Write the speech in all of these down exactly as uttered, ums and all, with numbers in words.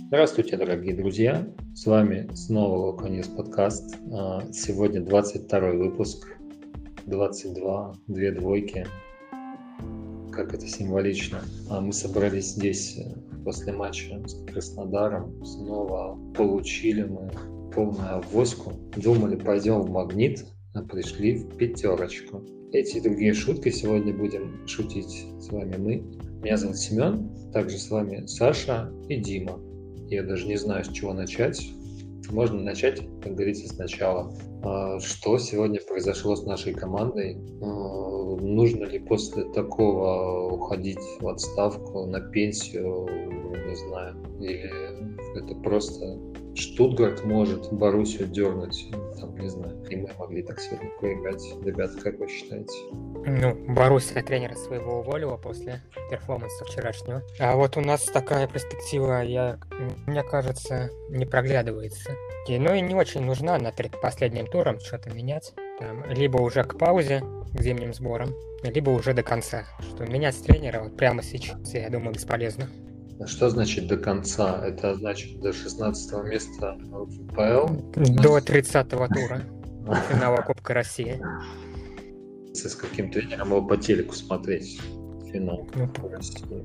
Здравствуйте, дорогие друзья! С вами снова Локонис подкаст. Сегодня двадцать второй выпуск, двадцать два, две двойки. Как это символично. Мы собрались здесь после матча с Краснодаром. Снова получили мы полную авоську. Думали, пойдем в Магнит, а пришли в пятерочку. Эти и другие шутки сегодня будем шутить с вами мы. Меня зовут Семен, также с вами Саша и Дима. Я даже не знаю, с чего начать. Можно начать, как говорится, сначала. Что сегодня произошло с нашей командой? Нужно ли после такого уходить в отставку, на пенсию, не знаю, или это просто Штутгарт может Боруссию дернуть, там, не знаю, и мы могли так сегодня проиграть. Ребята, как вы считаете? Ну, Боруссия тренера своего уволила после перформанса вчерашнего. А вот у нас такая перспектива, я, мне кажется, не проглядывается. И, ну и не очень нужна на перед последним туром что-то менять. Там, либо уже к паузе, к зимним сборам, либо уже до конца. Что менять тренера вот прямо сейчас, я думаю, бесполезно. Что значит до конца? Это значит до шестнадцатого места в ПЛ? До тридцатого тура финала Кубка России. С каким тренером его по телеку смотреть финал Кубка России?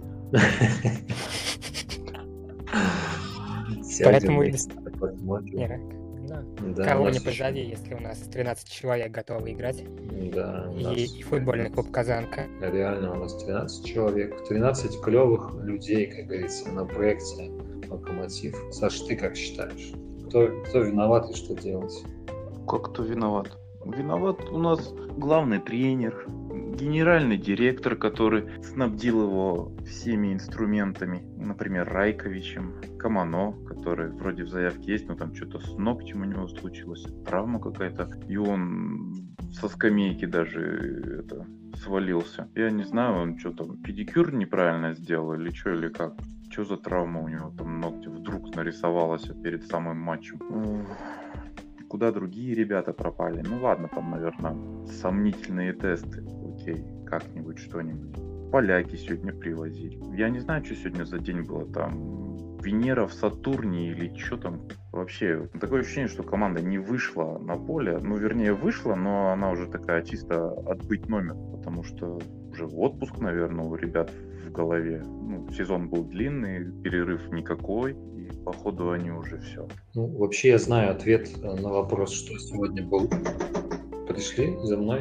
Поэтому и без тренера. Кого не позови, если у нас тринадцать человек готовы играть. Да, и, нас... и футбольный клуб «Казанка». Реально у нас тринадцать человек. тринадцать клевых людей, как говорится, на проекте «Локомотив». Саш, ты как считаешь? Кто, кто виноват и что делать? Как кто виноват? Виноват у нас главный тренер, генеральный директор, который снабдил его всеми инструментами, например, Райковичем, Камано, который вроде в заявке есть, но там что-то с ногтем у него случилось, травма какая-то, и он со скамейки даже это, свалился. Я не знаю, он что там, педикюр неправильно сделал или что, или как? Что за травма у него там ногти вдруг нарисовалась перед самым матчем? Куда другие ребята пропали? Ну ладно, там, наверное, сомнительные тесты. Окей, как-нибудь, что-нибудь. Поляки сегодня привозили. Я не знаю, что сегодня за день было. Там Венера в Сатурне или что там. Вообще, такое ощущение, что команда не вышла на поле. Ну, вернее, вышла, но она уже такая чисто отбыть номер. Потому что уже отпуск, наверное, у ребят в голове. Ну, сезон был длинный, перерыв никакой. Походу, они уже все. Ну, вообще, я знаю ответ на вопрос, что сегодня был. Пришли за мной?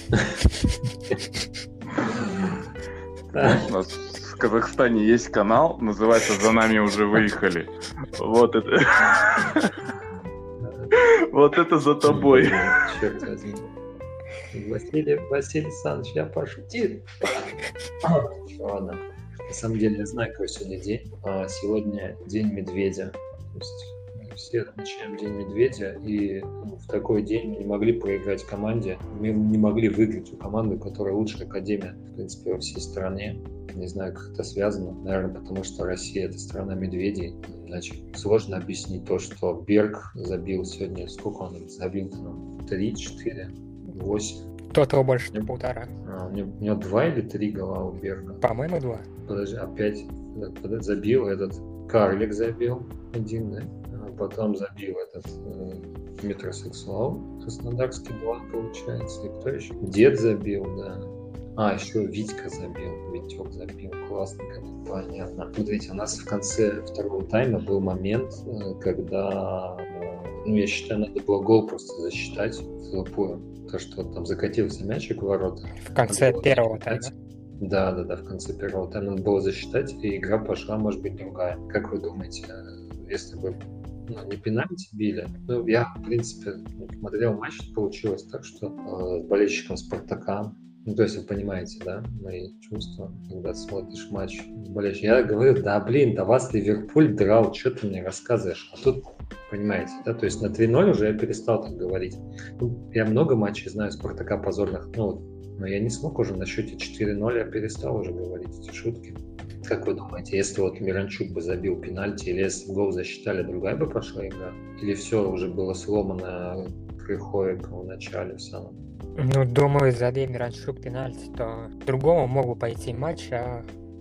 У нас в Казахстане есть канал, называется «За нами уже выехали». Вот это. Вот это за тобой. Черт возьми. Василий, Василий Александрович, я пошутил. Ладно. На самом деле, я знаю, какой сегодня день. А сегодня день медведя. То есть все отмечаем день медведя, и ну, в такой день мы не могли проиграть команде. Мы не могли выиграть у команды, которая лучшая академия, в принципе, во всей стране. Не знаю, как это связано. Наверное, потому что Россия — это страна медведей. Иначе сложно объяснить то, что Берг забил сегодня. Сколько он забил-то нам? Три, четыре, восемь. Тотал больше, не полтора. А, у, него, у него два или три гола у Берга? По-моему, два. Подожди, опять этот забил, этот Карлик забил один, да? А потом забил этот э, метросексуал, краснодарский два, получается. И кто еще? Дед забил, да. А, еще Витька забил, Витек забил. Классно, как-то понятно. Смотрите, у нас в конце второго тайма был момент, когда, ну, я считаю, надо было гол просто засчитать слепую. То, что там закатился мячик в ворота. В конце первого тайма. Да, да, да, в конце первого тайма надо было засчитать, и игра пошла, может быть, другая. Как вы думаете, если бы ну, не пенальти били? Ну, я, в принципе, смотрел матч, получилось так, что э, с болельщиком Спартака, ну, то есть вы понимаете, да, мои чувства, когда смотришь матч с болельщиком. Я говорю, да, блин, да вас Ливерпуль драл, что ты мне рассказываешь? А тут, понимаете, да, то есть на три ноль уже я перестал так говорить. Ну, я много матчей знаю Спартака позорных, ну, вот, но я не смог уже на счете четыре ноль, я перестал уже говорить эти шутки. Как вы думаете, если вот Миранчук бы забил пенальти, или если гол засчитали, другая бы пошла игра? Или все уже было сломано Крыховиком в начале в самом? Ну, думаю, забей Миранчук пенальти, то другому мог бы пойти матч, а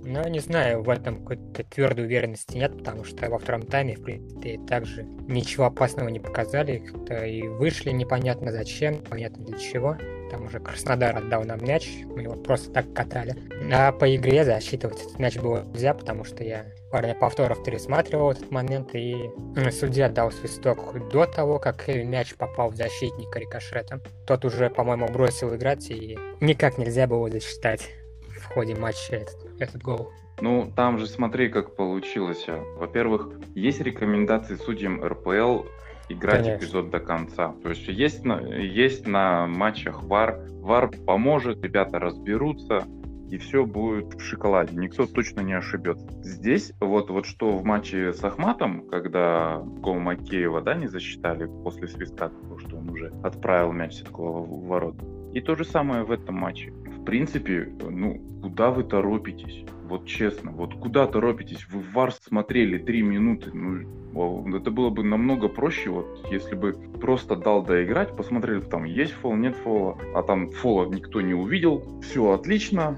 Но не знаю, в этом какой-то твердой уверенности нет, потому что во втором тайме, в принципе, также ничего опасного не показали. Как-то и вышли непонятно зачем, непонятно для чего. Там уже Краснодар отдал нам мяч, мы его просто так катали. А по игре засчитывать этот мяч было нельзя, потому что я во время повторов пересматривал этот момент, и судья дал свисток до того, как мяч попал в защитника рикошетом. Тот уже, по-моему, бросил играть, и никак нельзя было засчитать в ходе матча этот, этот гол. Ну, там же смотри, как получилось. Во-первых, есть рекомендации судьям эр пэ эл играть Конечно. эпизод до конца. То есть есть на, есть на матчах вар. Вар поможет, ребята разберутся, и все будет в шоколаде. Никто точно не ошибется. Здесь вот, вот что в матче с Ахматом, когда гол Макеева, да, не засчитали после свистка, потому что он уже отправил мяч все-таки в ворот. И то же самое в этом матче. В принципе, ну, куда вы торопитесь? Вот честно, вот куда торопитесь? Вы в вар смотрели три минуты. Ну, это было бы намного проще, вот, если бы просто дал доиграть, посмотрели, там есть фол, нет фола, а там фола никто не увидел. Все отлично,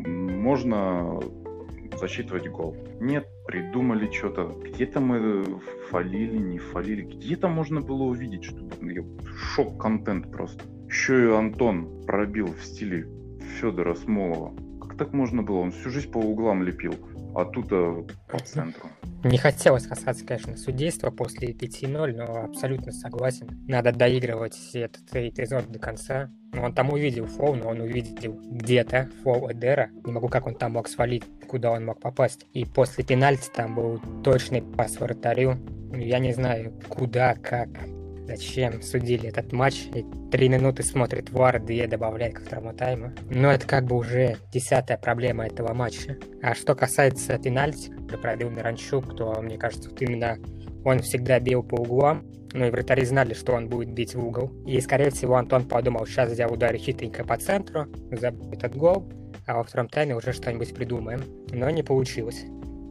можно засчитывать гол. Нет, придумали что-то. Где-то мы фалили, не фалили. Где-то можно было увидеть, чтобы шок-контент просто. Еще и Антон пробил в стиле Федора Смолова. Как так можно было? Он всю жизнь по углам лепил, а тут а, по центру. Не хотелось касаться, конечно, судейства после пяти ноль, но абсолютно согласен. Надо доигрывать этот эпизод до конца. Он там увидел фол, но он увидел где-то фол Эдера. Не могу, как он там мог свалить, куда он мог попасть. И после пенальти там был точный пас вратарю. Я не знаю, куда, как, зачем судили этот матч. И три минуты смотрит вар, две добавляет ко второму тайму. Но это как бы уже десятая проблема этого матча. А что касается пенальти, который пробил Миранчук, то, мне кажется, вот именно он всегда бил по углам. Ну и вратари знали, что он будет бить в угол. И, скорее всего, Антон подумал, сейчас я ударю хитренько по центру, забью этот гол, а во втором тайме уже что-нибудь придумаем. Но не получилось.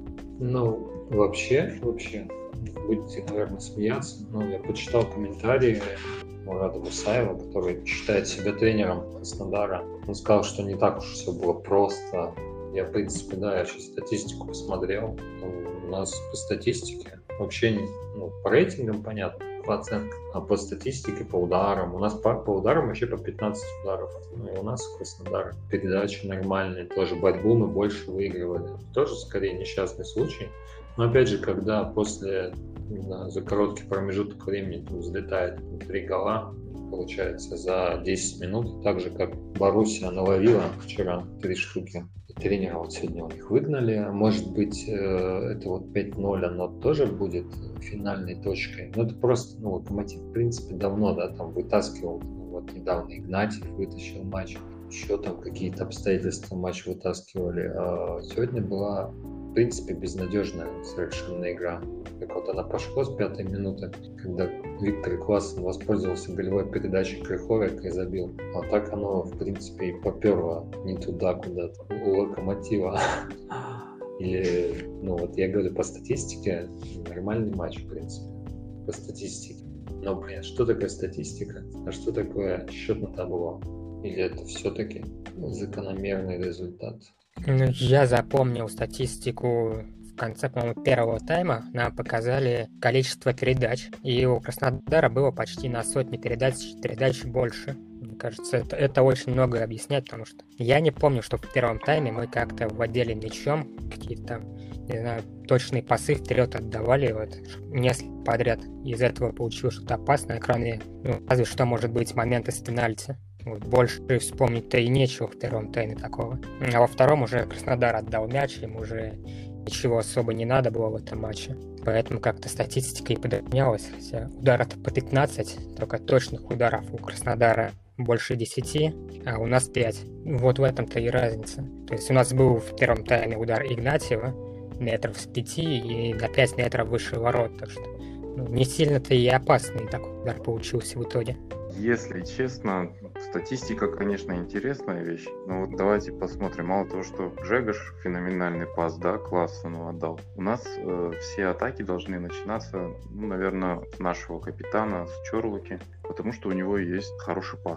Ну, вообще, вообще, будете, наверное, смеяться, но я почитал комментарии Мурада Мусаева, который считает себя тренером Краснодара. Он сказал, что не так уж все было просто. Я, в принципе, да, я сейчас статистику посмотрел. У нас по статистике вообще, ну, по рейтингам понятно, по оценкам, а по статистике, по ударам. У нас по, по ударам вообще по пятнадцать ударов. Ну и у нас в Краснодаре передачи нормальные, тоже борьбу мы больше выигрывали. Тоже, скорее, несчастный случай. Но опять же, когда после, да, за короткий промежуток времени там взлетает три гола, получается, за десять минут, так же, как Боруссия наловила вчера три штуки. И тренера вот сегодня у них выгнали. Может быть, это вот пять ноль, оно тоже будет финальной точкой. Но это просто, ну, Локомотив, в принципе, давно, да, там вытаскивал. Ну, вот недавно Игнатьев вытащил матч. Еще там какие-то обстоятельства матч вытаскивали. А сегодня была, в принципе, безнадежная совершенно игра. Как вот она пошла с пятой минуты, когда Виктор Классен воспользовался голевой передачей Крыховика и забил. А так оно, в принципе, и поперло не туда куда-то, у Локомотива. Или, ну вот я говорю, по статистике, нормальный матч, в принципе, по статистике. Но, блин, что такое статистика? А что такое счет на табло? Или это все-таки закономерный результат? Я запомнил статистику в конце, по-моему, первого тайма. Нам показали количество передач. И у Краснодара было почти на сотни передач, передач больше. Мне кажется, это, это очень многое объясняет, потому что я не помню, что в первом тайме мы как-то владели мячом, какие-то, не знаю, точные пасы вперед отдавали, вот, несколько подряд. Из этого получилось что-то опасное, кроме, ну, разве что, может быть, момента с пенальти. Вот, больше вспомнить-то и нечего в первом тайме такого. А во втором уже Краснодар отдал мяч, им уже ничего особо не надо было в этом матче. Поэтому как-то статистика и подравнялась. Хотя ударов по пятнадцать, только точных ударов у Краснодара больше десяти, а у нас пять. Вот в этом-то и разница. То есть у нас был в первом тайме удар Игнатьева метров с пяти и на пять метров выше ворот. Так что, ну, не сильно-то и опасный такой удар получился в итоге. Если честно, статистика, конечно, интересная вещь, но вот давайте посмотрим. Мало того, что Джегош феноменальный пас, да, Классену отдал, у нас э, все атаки должны начинаться, ну, наверное, с нашего капитана, с Чорлоки, потому что у него есть хороший пас.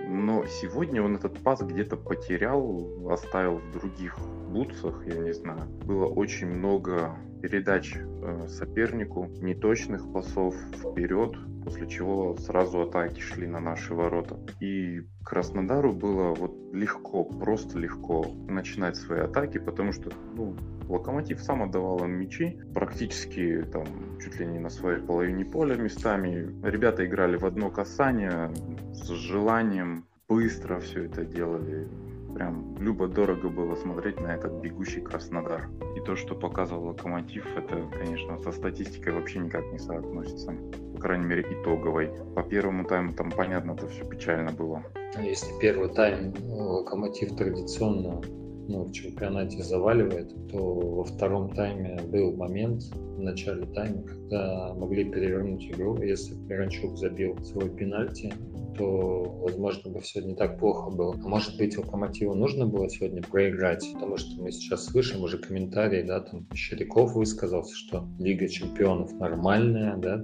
Но сегодня он этот пас где-то потерял, оставил в других бутсах, я не знаю. Было очень много передач э, сопернику, неточных пасов вперед, после чего сразу атаки шли на наши ворота. И Краснодару было вот легко, просто легко начинать свои атаки, потому что ну, Локомотив сам отдавал им мячи, практически там чуть ли не на своей половине поля местами. Ребята играли в одно касание, с желанием, быстро все это делали. Прям любо-дорого было смотреть на этот бегущий Краснодар. И то, что показывал Локомотив, это, конечно, со статистикой вообще никак не соотносится. По крайней мере, итоговой. По первому тайму там, понятно, это все печально было. Если первый тайм Локомотив традиционно ну, в чемпионате заваливает, то во втором тайме был момент в начале тайма, когда могли перевернуть игру. Если бы Миранчук забил свой пенальти, то, возможно, бы все не так плохо было. А может быть, Локомотиву нужно было сегодня проиграть, потому что мы сейчас слышим уже комментарии, да, там Щеряков высказался, что Лига Чемпионов нормальная, да,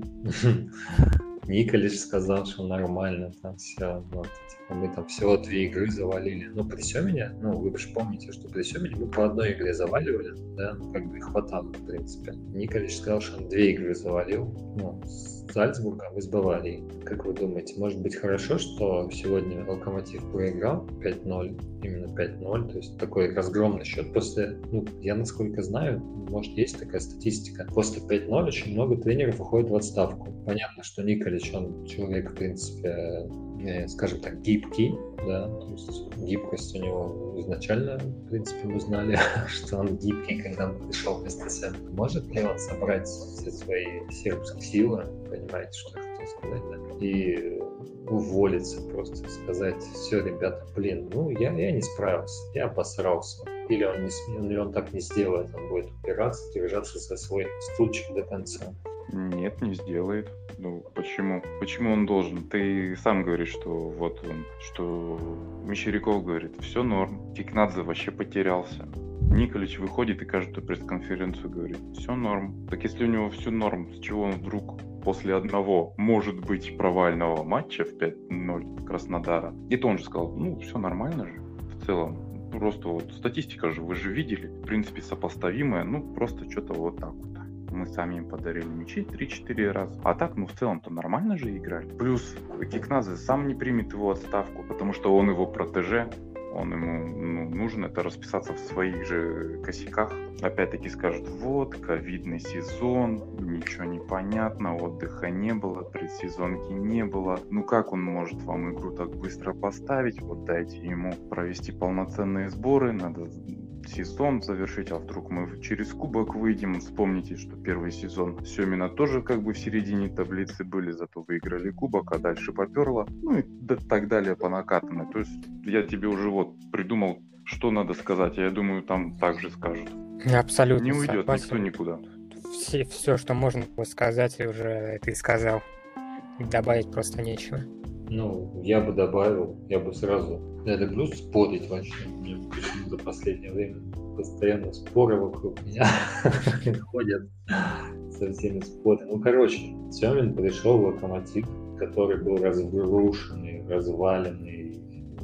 Николич сказал, что нормально, там все, вот, типа, мы там всего две игры завалили. Ну, при Семене, ну, вы же помните, что при Семене мы по одной игре заваливали, да, ну, как бы и хватало, в принципе. Николич сказал, что он две игры завалил, ну, с Зальцбургом и с Баварией. Как вы думаете, может быть хорошо, что сегодня Локомотив проиграл пять ноль, именно пять ноль, то есть такой разгромный счет после, ну, я насколько знаю, может есть такая статистика, после пять ноль очень много тренеров уходит в отставку. Понятно, что Николич, он человек, в принципе, э, скажем так, гибкий, да, то есть гибкость у него изначально, в принципе, мы знали, что он гибкий, когда он пришел в СТСМ. Может ли он собрать все свои сербские силы, понимаете, что я хотел сказать, да, и уволиться просто, сказать, все, ребята, блин, ну, я, я не справился, я обосрался. Или он, не, или он так не сделает, он будет упираться, держаться за свой стульчик до конца. Нет, не сделает. Ну, почему? Почему он должен? Ты сам говоришь, что вот он, что Мещеряков говорит, все норм. Кикнадзе вообще потерялся. Николич выходит и каждую пресс-конференцию говорит, все норм. Так если у него все норм, с чего он вдруг после одного, может быть, провального матча в пять ноль Краснодара, и то он же сказал, ну, все нормально же в целом. Просто вот статистика же, вы же видели, в принципе, сопоставимая, ну, просто что-то вот так вот. Мы сами им подарили мячи три-четыре раза. А так, ну, в целом-то нормально же играли. Плюс Кикнадзе сам не примет его отставку, потому что он его протеже. Он ему ну, нужно это расписаться в своих же косяках. Опять-таки скажут, вот, ковидный сезон, ничего не понятно, отдыха не было, предсезонки не было. Ну как он может вам игру так быстро поставить? Вот дайте ему провести полноценные сборы, надо сезон завершить, а вдруг мы через кубок выйдем. Вспомните, что первый сезон Семина тоже как бы в середине таблицы были, зато выиграли кубок, а дальше поперло. Ну и так далее по накатанной. То есть я тебе уже вот придумал, что надо сказать, я думаю, там так же скажут. Абсолютно не уйдет согласен. никто никуда. Все, все, что можно было сказать, уже ты сказал. Добавить просто нечего. Ну, я бы добавил, я бы сразу... Я люблю спорить вообще. Мне почему-то в последнее время постоянно споры вокруг меня ходят со всеми спорами. Ну, короче, Семин пришел в Локомотив, который был разрушенный, разваленный,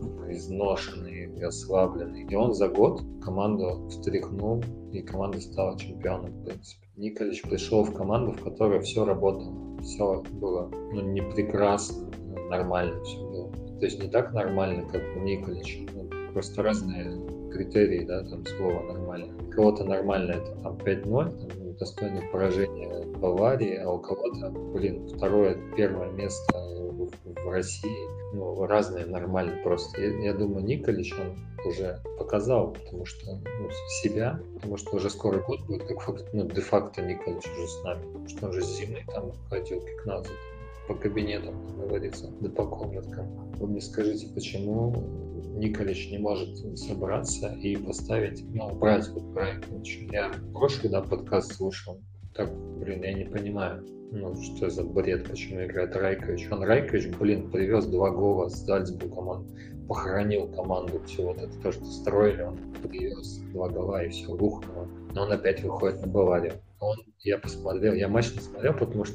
изношенный, ослабленный. И он за год команду встряхнул, и команда стала чемпионом, в принципе. Николич пришел в команду, в которой все работало. Все было ну, не прекрасно, но нормально все было. То есть не так нормально, как у Николича. Ну, просто разные критерии, да, там слово нормально. У кого-то нормально это там пять ноль, там, достойное поражение Баварии, а у кого-то, блин, второе, первое место в, в России. Ну, разные нормально просто. Я, я думаю, Николич, он уже показал, потому что ну, себя, потому что уже скоро год будет, как факт, ну, де-факто Николич уже с нами, потому что он же с зимой там ходил Кикнадзе по кабинетам, как говорится, да по комнаткам. Вы мне скажите, почему Николич не может собраться и поставить, ну, убрать вот Райковича? Я прошлый, да, подкаст слушал, так, блин, я не понимаю, ну, что за бред, почему играет Райкович. Он, Райкович, блин, привез два гола с Зальцбургом, он похоронил команду, все вот это, то, что строили, он привез два гола и все рухнуло. Но он опять выходит на Баварию. Он, я посмотрел, я матч не смотрел, потому что я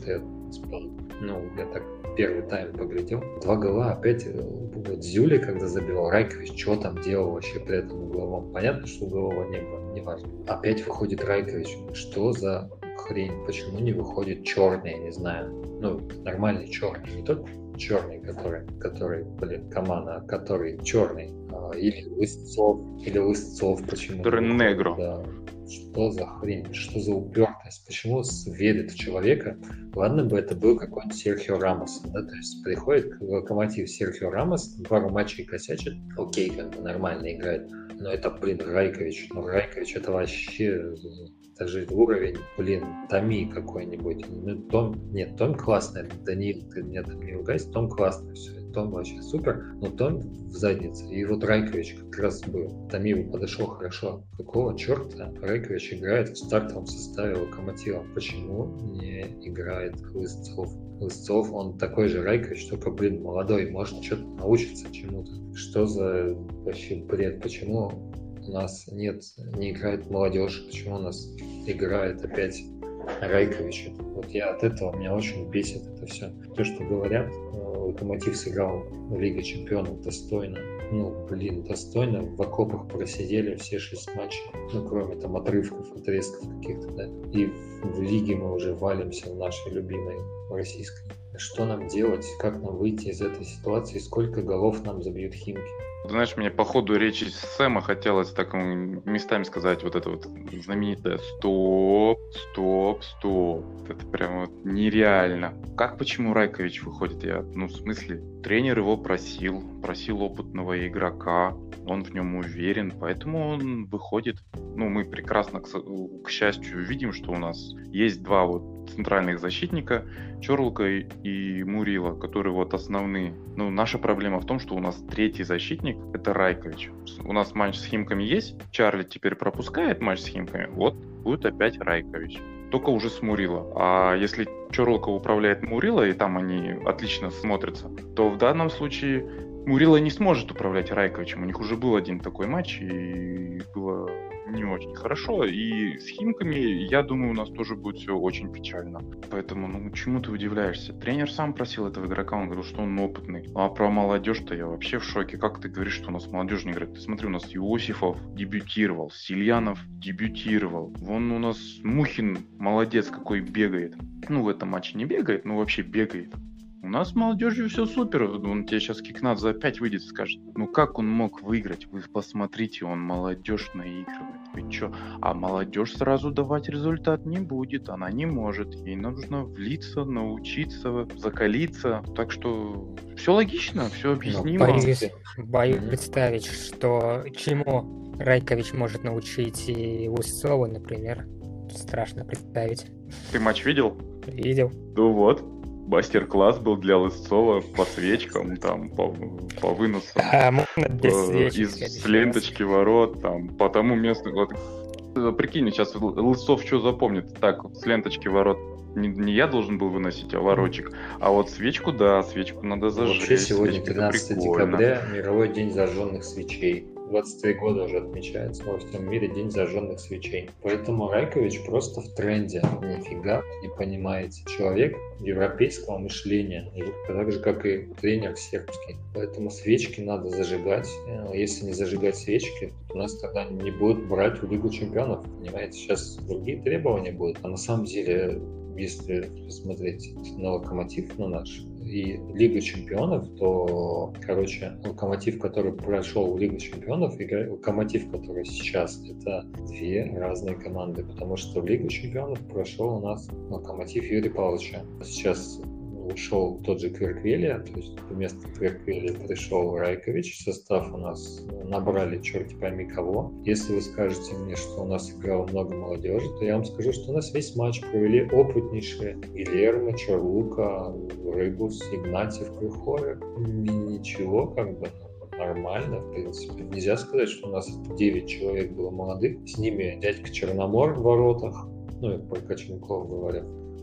Ну, я так первый тайм поглядел. Два гола опять вот Зюли, когда забивал, Райкович, что там делал вообще при этом угловом? Понятно, что углового не было, не важно. Опять выходит Райкович. Что за хрень? Почему не выходит черный, я не знаю. Ну, нормальный черный, не тот черный, который, который, блин, команда, который черный. А, или Лысцов, или Лысцов почему-то. Который негро. Да. Что за хрень? Что за упертость? Почему верит в человека? Ладно бы это был какой-нибудь Серхио Рамос, да, то есть приходит Локомотив Серхио Рамос, пару матчей косячит, окей, как бы нормально играет, но это, блин, Райкович, ну Райкович это вообще, это же уровень, блин, Томи какой-нибудь, ну Том, нет, Том классный, Даниил, ты меня там не ругайся, Том классный, все, Том вообще супер, но Том в заднице, и вот Райкович как раз был, Томиву подошел хорошо, какого черта Райкович играет в стартовом составе Локомотива, почему не играет Лысцов? Лысцов, он такой же Райкович, только, блин, молодой, может что-то научиться чему-то. Что за вообще бред? Почему у нас нет, не играет молодежь? Почему у нас играет опять Райкович? Вот я от этого, меня очень бесит это все. То, что говорят, Локомотив сыграл в Лиге Чемпионов достойно. Ну, блин, достойно. В окопах просидели все шесть матчей. Ну, кроме там отрывков, отрезков каких-то, да. И в Лиге мы уже валимся в нашей любимой российской. Что нам делать? Как нам выйти из этой ситуации? Сколько голов нам забьют Химки? Знаешь, мне по ходу речи Сэма хотелось так местами сказать вот это вот знаменитое «стоп, стоп, стоп». Это прям вот нереально. Как, почему Райкович выходит? Я, ну, в смысле, тренер его просил, просил опытного игрока, он в нем уверен, поэтому он выходит. Ну, мы прекрасно, к, к счастью, видим, что у нас есть два вот центральных защитника, Чорлка и Мурила, которые вот основные. Ну, наша проблема в том, что у нас третий защитник — это Райкович. У нас матч с Химками есть, Чарли теперь пропускает матч с Химками, вот будет опять Райкович. Только уже с Мурила. А если Чорлка управляет Мурила, и там они отлично смотрятся, то в данном случае Мурила не сможет управлять Райковичем. У них уже был один такой матч, и было не очень хорошо. И с Химками, я думаю, у нас тоже будет все очень печально. Поэтому, ну, чему ты удивляешься? Тренер сам просил этого игрока, он говорил, что он опытный. А про молодежь-то я вообще в шоке. Как ты говоришь, что у нас молодежь не играет? Ты смотри, у нас Иосифов дебютировал, Сильянов дебютировал. Вон у нас Мухин молодец какой бегает. Ну, в этом матче не бегает, но вообще бегает. У нас с молодежью все супер. Он тебе сейчас Кикнат за опять выйдет и скажет: ну как он мог выиграть? Вы посмотрите, он молодежь наигрывает. Вы чё? А молодежь сразу давать результат не будет. Она не может. Ей нужно влиться, научиться, закалиться. Так что все логично, все объяснимо. Боюсь, боюсь представить, что чему Райкович может научить и Лысцова, например. Страшно представить. Ты матч видел? Видел. Ну вот. Мастер-класс был для Лысцова по свечкам, там, по, по выносам а, можно без свечек, из с ленточки раз. Ворот, там, по тому месту. Вот, прикинь, сейчас Лысцов что запомнит? Так, с ленточки ворот не, не я должен был выносить, а ворочек. А вот свечку, да, свечку надо зажечь. Вообще сегодня тринадцатое декабря, мировой день зажженных свечей. двадцать три года уже отмечается во всем мире день зажженных свечей. Поэтому Райкович просто в тренде. Нифига не понимаете. Человек европейского мышления, так же, как и тренер сербский. Поэтому свечки надо зажигать. Если не зажигать свечки, то у нас тогда не будут брать в Лигу Чемпионов. Понимаете, сейчас другие требования будут. А на самом деле, если посмотреть на Локомотив, на наш, и Лигу Чемпионов, то, короче, Локомотив, который прошел Лигу Чемпионов, и Локомотив, который сейчас, это две разные команды, потому что в Лигу Чемпионов прошел у нас Локомотив Юрия Павловича. Сейчас ушел тот же Кверквелия, то есть вместо Кверквелия пришел Райкович, состав у нас набрали черти пойми кого. Если вы скажете мне, что у нас играло много молодежи, то я вам скажу, что у нас весь матч провели опытнейшие: Гильермо, Чорлука, Рыбус, Игнатьев, Крюховик. Ничего, как бы нормально, в принципе. Нельзя сказать, что у нас девять человек было молодых. С ними дядька Черномор в воротах, ну, я про Коченков говорю.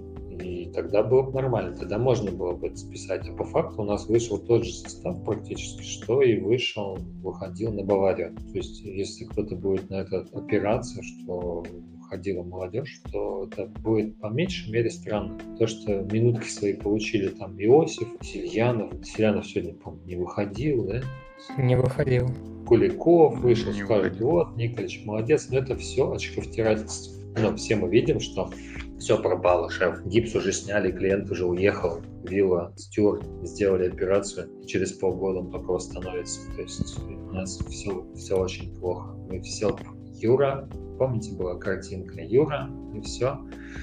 И тогда было бы нормально, тогда можно было бы это списать. А по факту у нас вышел тот же состав практически, что и вышел, выходил на Баварию. То есть, если кто-то будет на это опираться, что уходила молодежь, то это будет по меньшей мере странно. То, что минутки свои получили там Иосиф, Сильянов. Сильянов сегодня, помню, не выходил, да? Не выходил. Куликов вышел, Не скажет, выходил. вот, Николич молодец. Но это все очковтирательство. Но все мы видим, что все пропало, шеф. Гипс уже сняли, клиент уже уехал. Вилла, Стюарт сделали операцию, и через полгода он только восстановится. То есть у нас все, все очень плохо. Мы все... Юра, помните, была картинка Юра, и все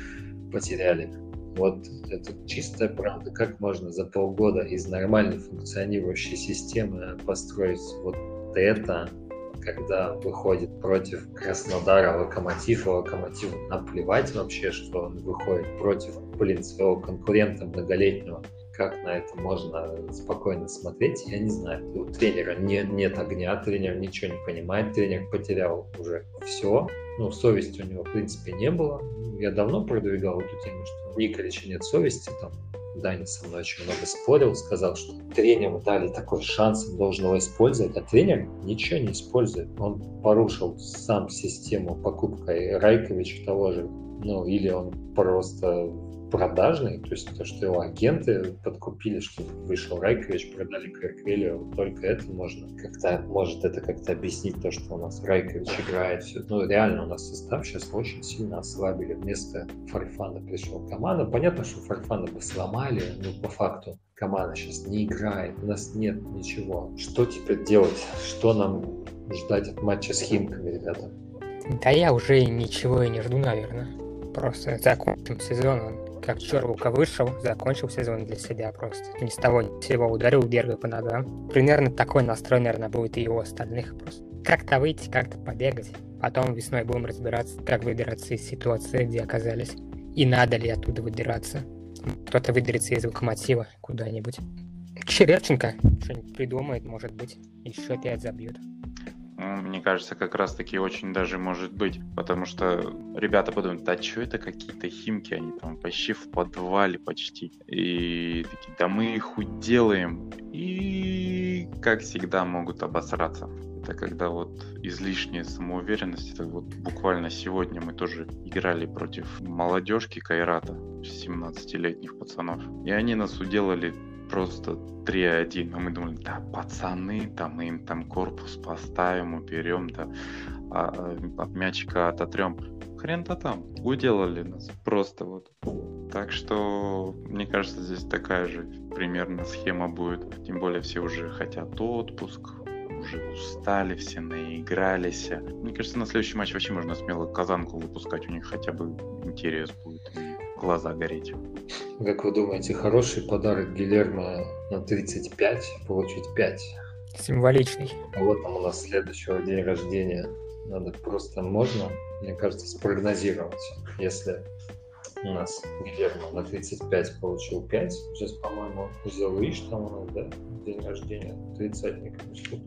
потеряли. Вот это чистая правда. Как можно за полгода из нормально функционирующей системы построить вот это, когда выходит против Краснодара Локомотив, и Локомотиву наплевать вообще, что он выходит против, блин, своего конкурента многолетнего. Как на это можно спокойно смотреть, я не знаю. У тренера не, нет огня, тренер ничего не понимает, тренер потерял уже все. Ну, совести у него, в принципе, не было. Я давно продвигал эту тему, что у Николича нет совести. Там Даня со мной очень много спорил, сказал, что тренеру дали такой шанс, он должен его использовать, а тренер ничего не использует. Он порушил сам систему покупкой Райковича того же, ну, или он просто продажный, то есть то, что его агенты подкупили, чтобы вышел Райкович, продали Кверквелию, только это можно как-то, может это как-то объяснить то, что у нас Райкович играет, все. Ну, реально у нас состав сейчас очень сильно ослабили, вместо Фарфана пришел Камана, понятно, что Фарфана бы сломали, но по факту Камана сейчас не играет, у нас нет ничего. Что теперь делать? Что нам ждать от матча с Химками, ребята? Да я уже ничего и не жду, наверное. Просто закончим сезон, он как Чорлука вышел, закончил сезон для себя просто. Ни с того ни с сего ударил Берга по ногам. Примерно такой настрой, наверное, будет и у остальных. Просто как-то выйти, как-то побегать. Потом весной будем разбираться, как выбираться из ситуации, где оказались. И надо ли оттуда выбираться. Кто-то выберется из Локомотива куда-нибудь. Черевченко что-нибудь придумает, может быть. Еще пять забьют. Мне кажется, как раз-таки очень даже может быть, потому что ребята подумают, да что это какие-то Химки, они там почти в подвале почти. И такие, да мы их уделаем. И, как всегда, могут обосраться. Это когда вот излишняя самоуверенность, это вот буквально сегодня мы тоже играли против молодежки Кайрата, семнадцатилетних пацанов. И они нас уделали просто три один, а мы думали, да, пацаны, там мы им там корпус поставим, уберем, да, а, от мячика ототрем. Хрен-то там, уделали нас просто вот. Так что, мне кажется, здесь такая же примерно схема будет. Тем более все уже хотят отпуск, уже устали, все наигрались. Мне кажется, на следующий матч вообще можно смело Казанку выпускать, у них хотя бы интерес будет, и глаза гореть. Как вы думаете, хороший подарок Гильермо на тридцать пять получить пять? Символичный. А вот там у нас следующего день рождения. Надо просто, можно, мне кажется, спрогнозировать. Если у нас Гильермо на тридцать пять получил пять, сейчас, по-моему, Зелыш там у нас, да, день рождения, тридцатник.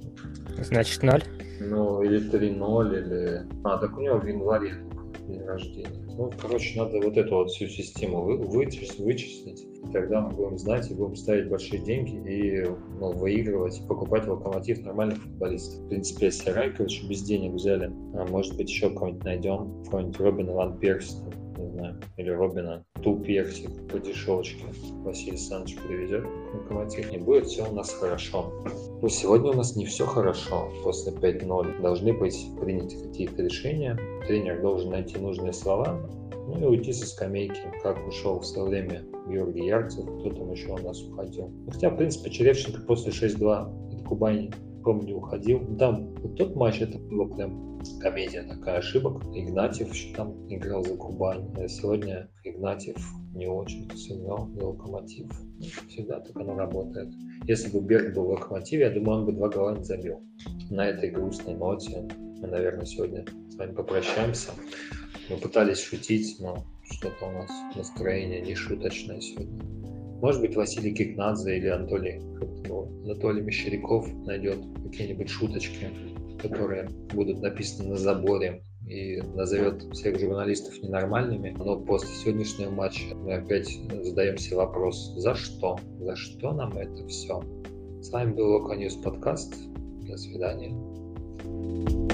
Значит, ноль. Ну, или три ноль, или... А, так у него в январе день рождения. Ну, короче, надо вот эту вот всю систему вы, вычислить, вычислить. И тогда мы будем знать и будем ставить большие деньги и, ну, выигрывать, и покупать Локомотив нормальных футболистов. В принципе, если Райковича без денег взяли, а может быть, еще кого-нибудь найдем, какого-нибудь Робина Ван Перси, не знаю, или Робина Ту Перси по дешевочке Василий Александрович привезет. Локомотив не будет, все у нас хорошо. Но сегодня у нас не все хорошо. После пять ноль должны быть приняты какие-то решения. Тренер должен найти нужные слова, ну и уйти со скамейки, как ушел в свое время Георгий Ярцев, кто там еще у нас уходил. Хотя, в принципе, Черевченко после шесть два от Кубани, помню, уходил. Там вот тот матч, это было прям комедия такая ошибок. Игнатьев еще там играл за Кубань, а сегодня Игнатьев не очень сыграл за Локомотив. Всегда так оно работает. Если бы Берг был в Локомотиве, я думаю, он бы два гола не забил. На этой грустной ноте мы, наверное, сегодня с вами попрощаемся. Мы пытались шутить, но что-то у нас настроение не шуточное сегодня. Может быть, Василий Кикнадзе или Анатолий, ну, Анатолий Мещеряков найдет какие-нибудь шуточки, которые будут написаны на заборе и назовет всех журналистов ненормальными. Но после сегодняшнего матча мы опять задаемся вопрос, за что? За что нам это все? С вами был Лока Ньюс подкаст. До свидания.